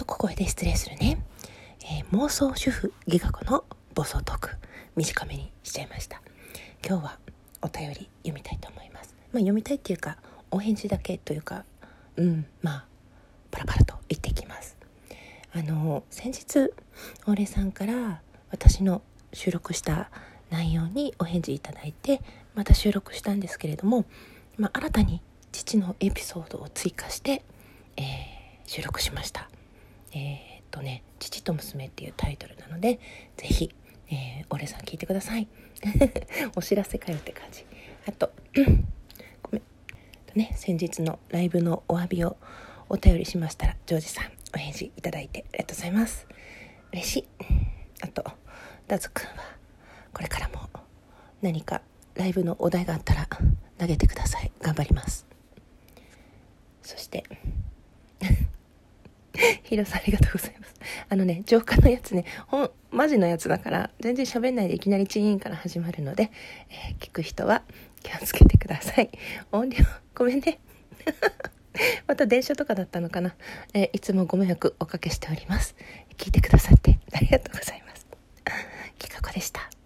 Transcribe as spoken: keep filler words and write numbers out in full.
と小声で失礼するね、えー、妄想主婦ギガ子の暴走トーク、短めにしちゃいました。今日はお便り読みたいと思います。まあ読みたいっていうかお返事だけというか、うんまあパラパラと言っていきます。あの先日オーレさんから私の収録した内容にお返事いただいて、また収録したんですけれども、まあ、新たに父のエピソードを追加して、えー、収録しました。えー、っとね父と娘っていうタイトルなので、ぜひ、えー、オーレさん聞いてくださいお知らせかよって感じ。あとごめんとね先日のライブのお詫びをお便りしましたら、ジョージさんお返事いただいてありがとうございます。嬉しい。あとダズくんはこれからも何かライブのお題があったら投げてください。頑張ります。そしてヒロさんありがとうございます。あのね浄化のやつね、ほんマジのやつだから全然喋んないでいきなりチーンから始まるので、えー、聞く人は気をつけてください。音量ごめんねまた電車とかだったのかな、えー、いつもご迷惑おかけしております。聞いてくださってありがとうございます。きかこでした。